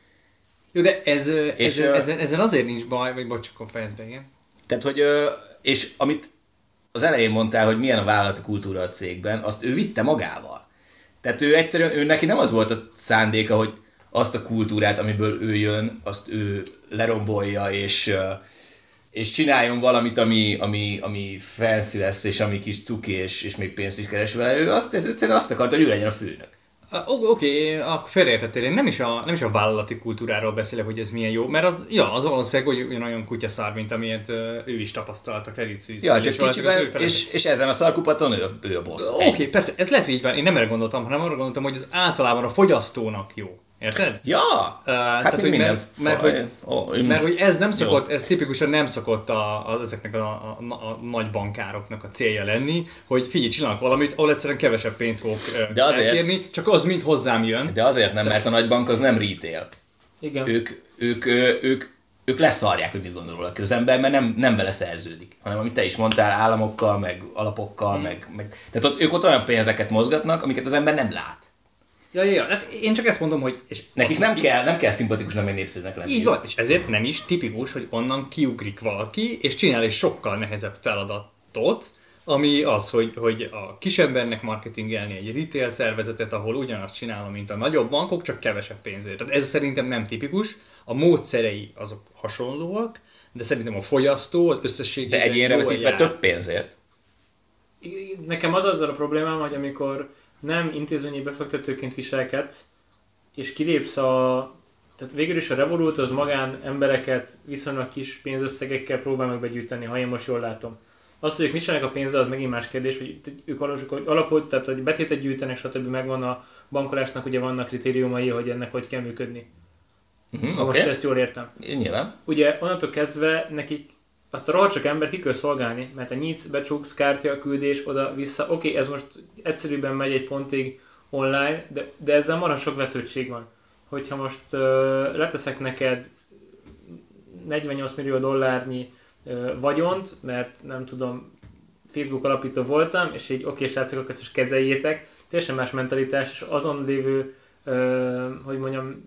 B: Jó, de ez, ö,
A: És,
B: ez,
A: ö,
B: ezen, ezen azért nincs baj, vagy bocs, akkor fejezd be, igen.
A: Tehát, hogy, ö, és amit az elején mondtál, hogy milyen a vállalati kultúra a cégben, azt ő vitte magával. Tehát ő egyszerűen, ő neki nem az volt a szándéka, hogy azt a kultúrát, amiből ő jön, azt ő lerombolja, és, ö, és csináljon valamit, ami, ami, ami fancy lesz, és ami kis cuki, és, és még pénzt is keres vele. Ő azt, egyszerűen azt akarta, hogy ő legyen a főnök.
B: Uh, Oké, okay, akkor félreértettél, én nem is, a, nem is a vállalati kultúráról beszélek, hogy ez milyen jó, mert az, ja, az valószínűleg olyan, olyan kutyaszár, mint amilyet uh, ő is tapasztalt a Credit Suisse-nél,
A: Ja, csak
B: és valószínűleg az ő
A: kicsiben,
B: feladat-
A: és, és ezen a szarkupacon ő, a- ő a boss.
B: Oké, okay, persze, ez lehet, hogy így van, én nem erre gondoltam, hanem arra gondoltam, hogy az általában a fogyasztónak jó. Érted?
A: Ja!
B: Uh, tehát,
A: még
B: hogy
A: minden
B: mert, mert,
A: faj.
B: hogy,
A: Ó, én-
B: mert hogy ez nem szokott, ez tipikusan nem szokott a, a, ezeknek a, a, a, a nagy bankároknak a célja lenni, hogy figyelj, csinálok valamit, ahol egyszerűen kevesebb pénzt fogok ö,
A: De azért-
B: elkérni, csak az mind hozzám jön.
A: De azért nem, mert a nagybank az nem retail.
C: Igen.
A: Ők, ők, ők, ők, ők leszarják, hogy mit gondol a közember, mert nem, nem vele szerződik, hanem amit te is mondtál, államokkal, meg alapokkal,
B: Hmm.
A: meg, meg... Tehát ott, ők ott olyan pénzeket mozgatnak, amiket az ember nem lát.
B: Ja, ja, ja, hát én csak ezt mondom, hogy... És
A: Nekik nem kell, nem kell szimpatikusnak, meg népszerűnek lenni.
B: Így van, és ezért nem is tipikus, hogy onnan kiugrik valaki, és csinál egy sokkal nehezebb feladatot, ami az, hogy, hogy a kisembernek marketingelni egy retail szervezetet, ahol ugyanazt csinálom, mint a nagyobb bankok, csak kevesebb pénzért. Tehát ez szerintem nem tipikus. A módszerei azok hasonlóak, de szerintem a fogyasztó az összességében
A: De egyénre
B: jól
A: vetítve
B: jár.
A: több pénzért.
C: Nekem az azzal a problémám, hogy amikor nem intézményi befektetőként viselkedsz, és kilépsz a... Tehát végül is a Revolut az magán embereket viszonylag kis pénzösszegekkel próbál meg begyűjteni, ha én most jól látom. Az, hogy ők mit csinálnak a pénzzel, az megint más kérdés, hogy ők alapok, hogy alapot, tehát hogy betétet gyűjtenek, stb. Megvan a bankolásnak, ugye vannak kritériumai, hogy ennek hogy kell működni.
A: Uh-huh,
C: Ha
A: Oké,
C: most ezt jól értem.
A: okay. Nyilván.
C: Ugye onnantól kezdve nekik azt a rohadt sok embert ki kell szolgálni, mert a nyitsz, becsuksz, kártya, küldés, oda-vissza. Oké, okay, ez most egyszerűbben megy egy pontig online, de, de ezzel marha sok vesződtség van. Hogyha most uh, leteszek neked negyvennyolc millió dollárnyi uh, vagyont, mert nem tudom, Facebook alapító voltam, és így oké, okay, srácok, akkor ezt most kezeljétek. Teljesen más mentalitás, és azon lévő, uh, hogy mondjam,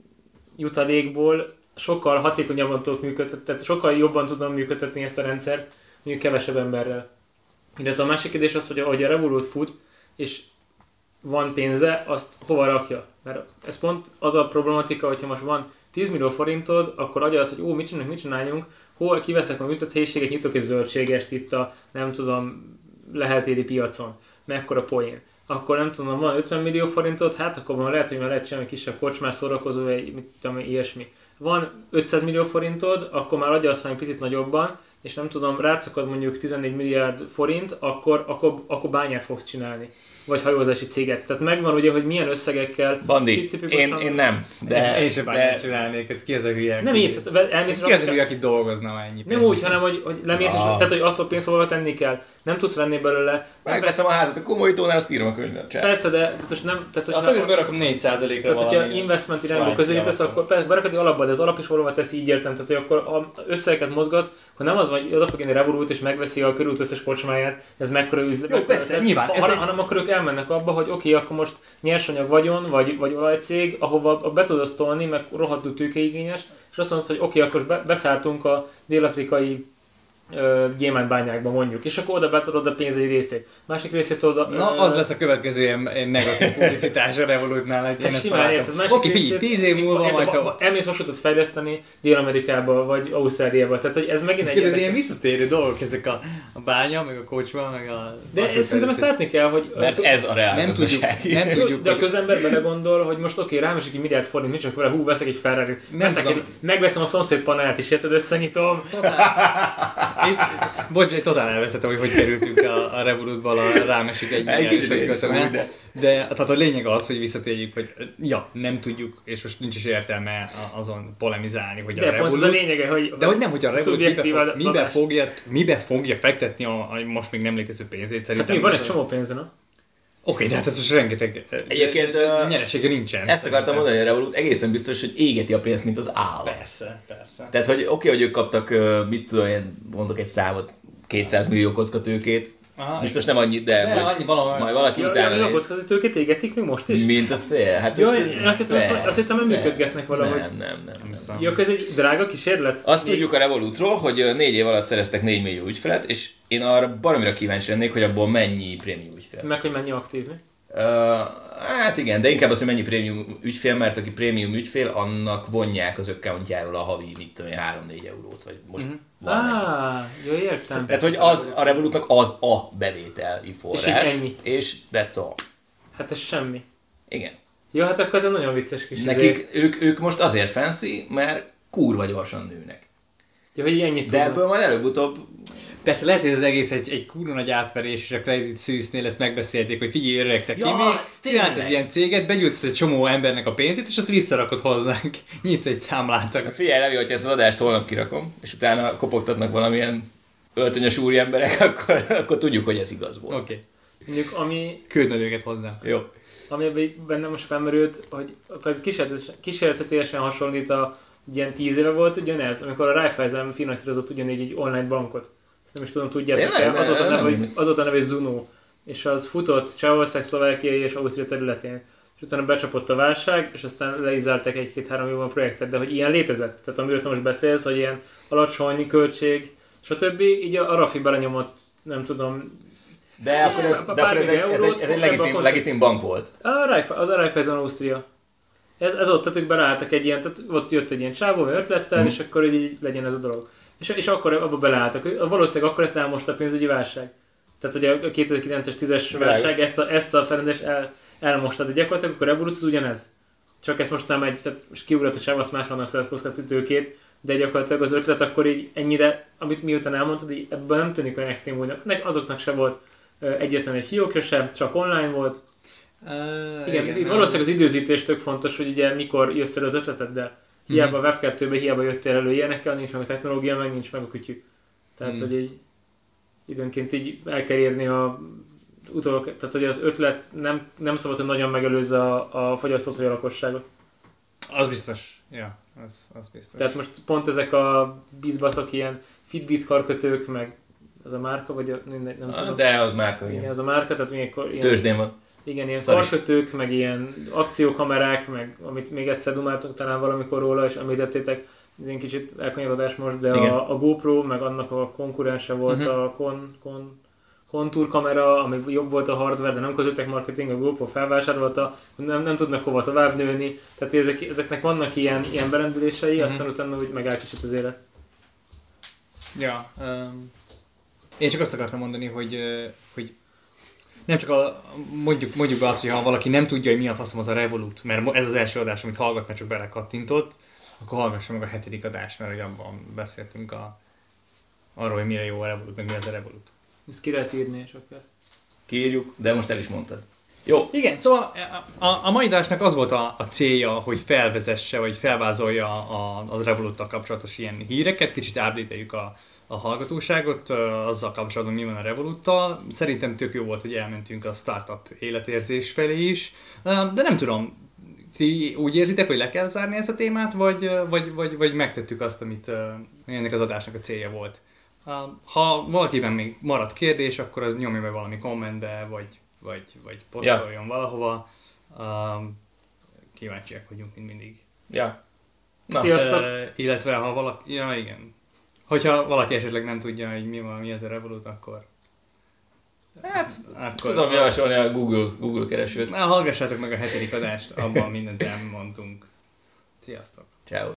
C: jutalékból sokkal hatékonyabban tudok működtetni, tehát sokkal jobban tudom működtetni ezt a rendszert, mondjuk kevesebb emberrel. Illetve a másik kérdés az, hogy ahogy a Revolut fut, és van pénze, azt hova rakja. Mert ez pont az a problematika, hogyha most van tíz millió forintod, akkor adja azt, hogy ó, mit csinálunk, mit csináljunk, hol kiveszek a műtött helyiséget, nyitok egy zöldségest itt a, nem tudom, leheltéri piacon. Mekkora poén. Akkor nem tudom, van ötven millió forintod, hát akkor van lehet, hogy már lehet csinálni kisebb kocsmás szórakozó, egy, mit tudom, ilyesmi. Van ötszáz millió forintod, akkor már adja azt valami picit nagyobban, és nem tudom, rátszakad mondjuk tizennégy milliárd forint, akkor, akkor, akkor bányát fogsz csinálni. Vagy hajózási céget. Tehát megvan ugye, hogy milyen összegekkel...
A: Bandi,
C: tipikusan-
A: én, én nem. De,
B: Én sem
A: de,
B: bármit csinálnék, hát ki az a hülye?
C: Nem
B: aki-
C: így, tehát elmész...
B: Ki az a hülye, aki dolgozna már ennyi
C: Nem
B: pénzt?
C: úgy, hanem hogy, hogy lemész, és,
A: Na.
C: tehát hogy azt a pénzt hova tenni kell. Nem tudsz venni belőle.
A: megveszem a házat a komolyítónál, azt írom a könyvben. Csá.
C: Persze, de tehát most nem... Tehát,
B: A
C: hogyha,
B: többit berakom négy százalékra
C: tehát, hogyha
B: valami.
C: investment irányba
B: Svájci
C: közelítesz,
B: alapon.
C: akkor persze berakod egy alapba, de az alap is valóban teszi, így értem. Tehát, hogy akkor ha összegeket mozgatsz, ha nem az vagy, oda fog jönni Revolut és megveszi a körút összes kocsmáját, ez mekkora üzlet.
B: Jó,
C: mekkora
B: persze,
C: üzlet.
B: nyilván,
C: Ha,
B: ez
C: hanem,
B: egy-
C: hanem akkor ők elmennek abba, hogy oké, okay, akkor most nyersanyag vagyon, vagy, vagy olajcég, ahova be tudod azt tolni, meg rohadtul tőkeigényes, és azt mondod, hogy oké, okay, akkor be, beszálltunk a dél-afrikai ö, gyémántbányákban mondjuk, és akkor oda betadod a pénz egy részét. Másik részét oda...
B: Na,
C: ö,
B: az lesz a következő ilyen, ilyen negatív publicitás a Revolutnál, hogy én
C: Hát
B: ezt
C: simán
B: találtam.
C: érted, másik
B: Oké, figyelj,
C: részét-
B: tíz év múlva
C: érted,
B: majd
C: va-
B: te...
C: va- elmész vasútot fejleszteni Dél-Amerikába, vagy Ausztráliába, tehát hogy ez megint egy
B: Ez
C: érdekes-
B: ilyen visszatérő dolgok, ezek a, a bánya, meg a kocsma, meg a...
C: De ezt szerintem ezt látni kell, hogy...
A: Mert ez a reál
B: Nem tudjuk,
A: gazdaság.
B: nem
C: Jó,
B: tudjuk,
C: de a
B: hogy...
C: közember belegondol, hogy most oké, rám esik egy milliárd forint, nincs csak vele, hú, veszek egy Ferrari, veszek
B: tudom.
C: egy, megveszem a szomszéd panelt is, érted, összenyitom.
B: Én, bocs, egy totál elveszettem, hogy hogy kerültünk a, a Revolutba, a rám esik egy
A: Egy kicsit én is
B: milliárd,
A: úgy, de-
B: de tehát a lényeg az, hogy visszatérjük, hogy ja, nem tudjuk, és most nincs is értelme a- azon polemizálni, hogy
C: De
B: a
C: pont ez
B: Revolut...
C: a lényege, hogy...
B: De hogy nem, hogy a Revolut mibe,
C: szubjektív
B: fog, mibe,
C: adás.
B: fogja, mibe fogja fektetni a, a most még nem létező pénzét
C: Hát
B: szerintem.
C: mi, van
B: ez
C: egy
B: a-
C: csomó pénze, na?
B: Oké, de hát ez most rengeteg
A: Egyébként,
B: ö,
A: ö,
B: nyeresége nincsen.
A: Ezt akartam mondani, hogy a Revolut egészen biztos, hogy égeti a pénzt, mint az állat.
B: Persze, persze.
A: Tehát, hogy oké, hogy ők kaptak, ö, mit tudom én, mondok egy számot, kétszáz millió kockatőkét.
B: Aha,
A: Biztos nem annyit, de,
B: De,
A: hogy
B: annyi valahol-
A: majd valaki
C: Ja,
A: utána
C: ja, a
A: néz.
C: kockázatőket égetik még most is?
A: Mint a szél. Hát
C: Jó,
A: most
C: én azt hittem,
A: persze,
C: azt hittem, hogy
A: nem,
C: működgetnek valahogy.
A: Nem, nem, nem. nem.
B: hiszem.
C: Jó, ez egy drága kísérlet?
A: Azt
C: Még-
A: tudjuk a Revolutról, hogy ö, négy év alatt szereztek négy millió ügyfelet, és én arra baromira kíváncsi lennék, hogy abból mennyi prémium ügyfél.
C: Meg hogy mennyi aktív, mi?
A: Uh, hát igen, de inkább az, hogy mennyi prémium ügyfél, mert aki prémium ügyfél, annak vonják az accountjáról a havi, mit tudom én, három-négy eurót, vagy most
B: Mhm.
A: valamennyi.
C: Á, jó, értem.
A: Tehát, hogy az a Revolutnak az a bevételi forrás.
C: így ennyi.
A: És that's all.
C: Hát ez semmi.
A: Igen.
C: Jó, hát akkor ez egy nagyon vicces kis izé.
A: Nekik, ők, ők most azért fancy, mert kurva gyorsan nőnek.
C: Ja, hogy ennyit
A: De
C: tudnak.
A: ebből majd előbb-utóbb
B: Persze lehet, hogy ez egész egy, egy kurva nagy átverés, és a Credit Suisse-nél ezt megbeszélték, hogy figyelj, öreg, te
A: Ja,
B: Fimi, csinálsz
A: tényleg.
B: egy ilyen céget, begyűjtsz egy csomó embernek a pénzét, és azt visszarakod hozzánk. Nyitsz egy számlát.
A: figyelj, Levi, hogyha ezt az adást holnap kirakom, és utána kopogtatnak valamilyen öltönyös úri emberek, akkor, akkor tudjuk, hogy ez igaz volt.
B: Oké. Okay.
C: Mondjuk, ami,
B: Küld meg őket hozzá.
A: Jó.
C: ami ebben így bennem most felmerült, hogy akkor ez kísérletesen, kísérletesen hasonlít a ilyen tíz éve volt ugyanez, amikor a Raiffeisen finanszírozott ugyanígy egy online bankot. Ezt nem is tudom, tudjátok
A: Tényleg?
C: el, az volt a
A: Ne-
C: neve,
A: nem.
C: hogy, az volt a neve, hogy Zuno. És az futott Csehország, Szlovákia és Ausztria területén. És utána becsapott a válság, és aztán leizáltak egy-két-három évben a projektet, de hogy ilyen létezett. Tehát amiről te most beszélsz, hogy ilyen alacsony költség, stb. Így a, a Rafi belenyomott, nem tudom,
A: De akkor ez, de akkor ez, egy, ez, egy, ez egy legitim, legitim bank volt.
C: A Raife- az a Raiffeisen Ausztria. Ez, ez ott, tehát ők beleálltak egy ilyen, tehát ott jött egy ilyen csávó ötlettel,
A: Mhm.
C: és akkor így, így legyen ez a dolog. És, és akkor abba beleálltak. Valószínűleg akkor ezt elmosta a pénzügyi válság. Tehát ugye a kétezer-kilences tízes
A: Világos.
C: válság ezt a, ezt a felrendes el, elmosta, de gyakorlatilag akkor Revolut az ugyanez. Csak ez most nem egy, tehát most kiugrott a csáv, azt máshonnan szeret kockázatőkét, de gyakorlatilag az ötlet akkor így ennyire, amit miután elmondtad, így ebből nem tűnik olyan extrém újnak. Nek- Azoknak se volt ö, egyetlen egy fiókja sem, csak online volt.
B: Uh,
C: Igen, igen, itt valószínűleg az időzítés tök fontos, hogy ugye mikor jössz el az ötleteddel. Hiába a web kettőben, hiába jöttél elő ilyenekkel, nincs meg a technológia, meg nincs meg a kütyű. Tehát,
B: Mhm.
C: hogy így időnként így el kell érni a utol, tehát hogy az ötlet nem, nem szabad, hogy nagyon megelőzze a, a fogyasztót vagy a lakosságot.
B: Az biztos. Ja, az, az biztos.
C: Tehát most pont ezek a bizbaszok, ilyen Fitbit karkötők, meg az a márka, vagy a, nem, nem
A: Ah,
C: tudom.
A: de az már
C: Igen,
A: igen.
C: az a márka, tehát ilyenkor, ilyen,
A: Tőzsdén van.
C: igen, ilyen
A: Szar is.
C: karkötők, meg ilyen akciókamerák, meg amit még egyszer dumáltunk talán valamikor róla, és említettétek, ez egy kicsit elkanyarodás most, de
A: Igen.
C: a, a GoPro, meg annak a konkurense volt
B: Mhm.
C: a Con, Con, Contour kamera, ami jobb volt a hardware, de nem közöttek marketing, a GoPro felvásárolta, nem, nem tudnak hova tovább nőni, tehát ezek, ezeknek vannak ilyen, ilyen berendülései,
B: Mhm.
C: aztán utána úgy megállt kicsit az élet.
B: Ja, um, én csak azt akartam mondani, hogy, ö, hogy nem csak a, mondjuk, mondjuk be azt, hogy ha valaki nem tudja, hogy mi a faszom az a Revolut, mert mo- ez az első adás, amit hallgat, mert csak belekattintott, akkor hallgassa meg a hetedik adást, mert hogy abban beszéltünk a, arról, hogy mire jó a Revolut, meg mi az a Revolut.
C: Ezt ki lehet írni, és akkor...
A: Kiírjuk, de most el is mondtad. Jó.
B: Igen, szóval a, a mai adásnak az volt a, a célja, hogy felvezesse, vagy felvázolja a, a Revoluttal kapcsolatos ilyen híreket, kicsit update-eljük a, a hallgatóságot, ö, azzal kapcsolatban mi van a Revoluttal. Szerintem tök jó volt, hogy elmentünk a startup életérzés felé is, Ö, de nem tudom, ti úgy érzitek, hogy le kell zárni ezt a témát, vagy, ö, vagy, vagy, vagy megtettük azt, amit ö, ennek az adásnak a célja volt. Ö, Ha valakiben még maradt kérdés, akkor az nyomja be valami kommentbe, vagy, vagy, vagy posztoljon ja. valahova. Um, kíváncsiak vagyunk, mint mindig.
A: Ja. Na,
C: Sziasztok!
B: Uh, illetve ha valaki... Ja, igen. Hogyha valaki esetleg nem tudja, hogy mi van, mi az a Revolut, akkor...
A: Hát,
B: akkor
A: tudom javasolni a Google, Google keresőt.
B: Na, hallgassátok meg a hetedik adást, abban mindent elmondtunk. Sziasztok!
A: Ciao.